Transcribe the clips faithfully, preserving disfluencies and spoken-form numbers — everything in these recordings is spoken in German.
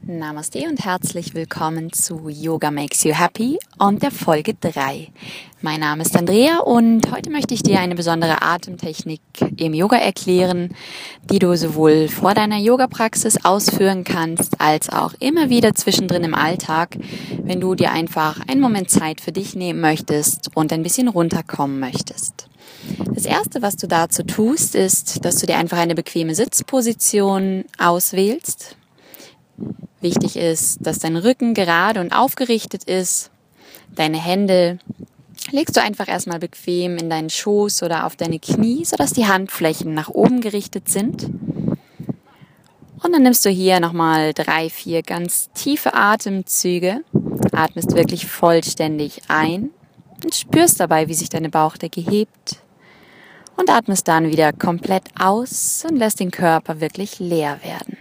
Namaste und herzlich willkommen zu Yoga Makes You Happy und der Folge drei. Mein Name ist Andrea und heute möchte ich dir eine besondere Atemtechnik im Yoga erklären, die du sowohl vor deiner Yoga-Praxis ausführen kannst, als auch immer wieder zwischendrin im Alltag, wenn du dir einfach einen Moment Zeit für dich nehmen möchtest und ein bisschen runterkommen möchtest. Das Erste, was du dazu tust, ist, dass du dir einfach eine bequeme Sitzposition auswählst. Wichtig ist, dass dein Rücken gerade und aufgerichtet ist. Deine Hände legst du einfach erstmal bequem in deinen Schoß oder auf deine Knie, sodass die Handflächen nach oben gerichtet sind. Und dann nimmst du hier nochmal drei, vier ganz tiefe Atemzüge. Atmest wirklich vollständig ein und spürst dabei, wie sich deine Bauchdecke hebt. Und atmest dann wieder komplett aus und lässt den Körper wirklich leer werden.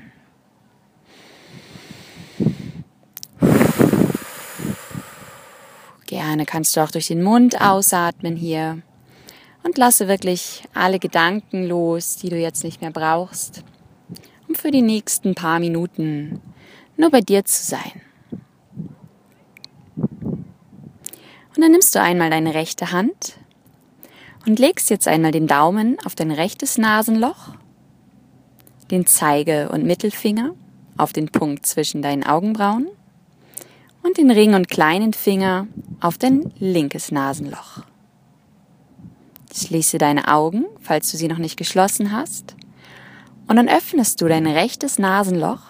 Gerne kannst du auch durch den Mund ausatmen hier und lasse wirklich alle Gedanken los, die du jetzt nicht mehr brauchst, um für die nächsten paar Minuten nur bei dir zu sein. Und dann nimmst du einmal deine rechte Hand und legst jetzt einmal den Daumen auf dein rechtes Nasenloch, den Zeige- und Mittelfinger auf den Punkt zwischen deinen Augenbrauen und den Ring- und kleinen Finger auf dein linkes Nasenloch. Schließe deine Augen, falls du sie noch nicht geschlossen hast, und dann öffnest du dein rechtes Nasenloch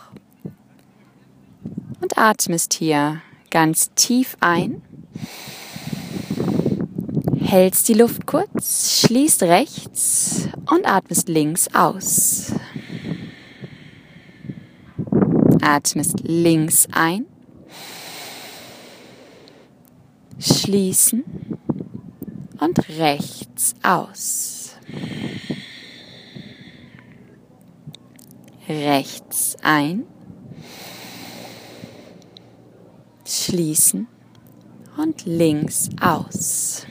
und atmest hier ganz tief ein, hältst die Luft kurz, schließt rechts und atmest links aus. Atmest links ein, schließen und rechts aus. Rechts ein, schließen und links aus.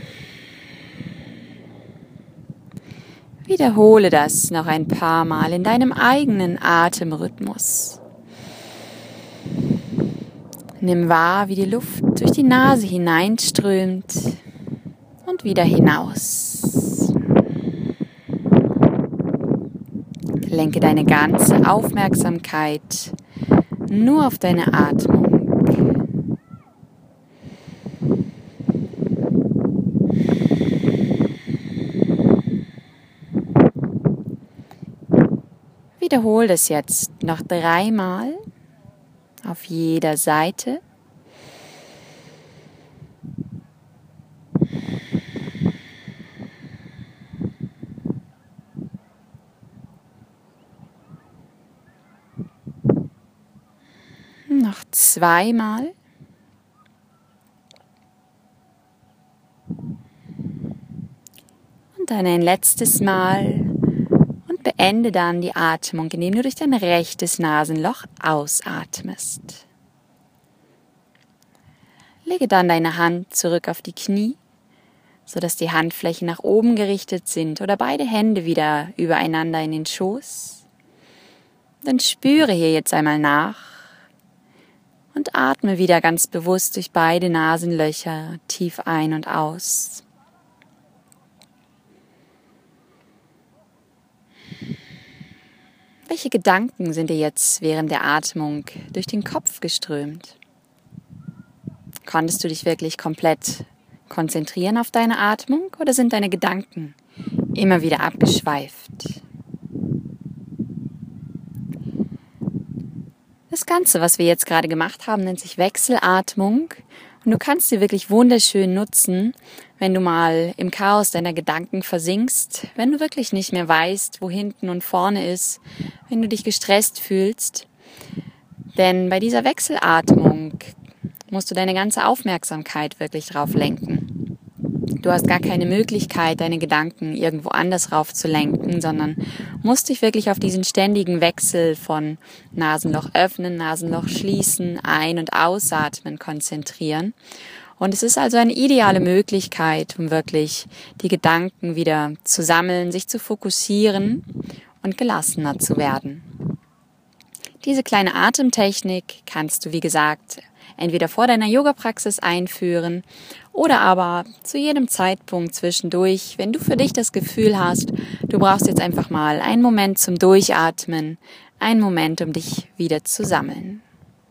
Wiederhole das noch ein paar Mal in deinem eigenen Atemrhythmus. Nimm wahr, wie die Luft durch die Nase hineinströmt und wieder hinaus. Lenke deine ganze Aufmerksamkeit nur auf deine Atmung. Wiederhole das jetzt noch dreimal. Auf jeder Seite. Noch zweimal. Und dann ein letztes Mal. Und beende dann die Atmung, indem du durch dein rechtes Nasenloch ausatmest. Lege dann deine Hand zurück auf die Knie, sodass die Handflächen nach oben gerichtet sind oder beide Hände wieder übereinander in den Schoß. Dann spüre hier jetzt einmal nach und atme wieder ganz bewusst durch beide Nasenlöcher tief ein und aus. Welche Gedanken sind dir jetzt während der Atmung durch den Kopf geströmt? Konntest du dich wirklich komplett konzentrieren auf deine Atmung oder sind deine Gedanken immer wieder abgeschweift? Das Ganze, was wir jetzt gerade gemacht haben, nennt sich Wechselatmung und du kannst sie wirklich wunderschön nutzen, wenn du mal im Chaos deiner Gedanken versinkst, wenn du wirklich nicht mehr weißt, wo hinten und vorne ist, wenn du dich gestresst fühlst. Denn bei dieser Wechselatmung musst du deine ganze Aufmerksamkeit wirklich drauf lenken. Du hast gar keine Möglichkeit, deine Gedanken irgendwo anders rauf zu lenken, sondern musst dich wirklich auf diesen ständigen Wechsel von Nasenloch öffnen, Nasenloch schließen, ein- und ausatmen konzentrieren. Und es ist also eine ideale Möglichkeit, um wirklich die Gedanken wieder zu sammeln, sich zu fokussieren und gelassener zu werden. Diese kleine Atemtechnik kannst du, wie gesagt, entweder vor deiner Yoga-Praxis einführen oder aber zu jedem Zeitpunkt zwischendurch, wenn du für dich das Gefühl hast, du brauchst jetzt einfach mal einen Moment zum Durchatmen, einen Moment, um dich wieder zu sammeln.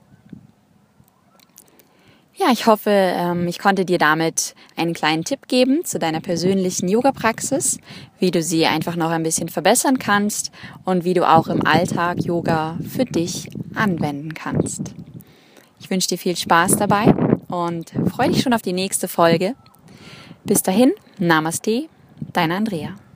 Ja, ich hoffe, ich konnte dir damit einen kleinen Tipp geben zu deiner persönlichen Yoga-Praxis, wie du sie einfach noch ein bisschen verbessern kannst und wie du auch im Alltag Yoga für dich anwenden kannst. Ich wünsche dir viel Spaß dabei und freue dich schon auf die nächste Folge. Bis dahin, Namaste, deine Andrea.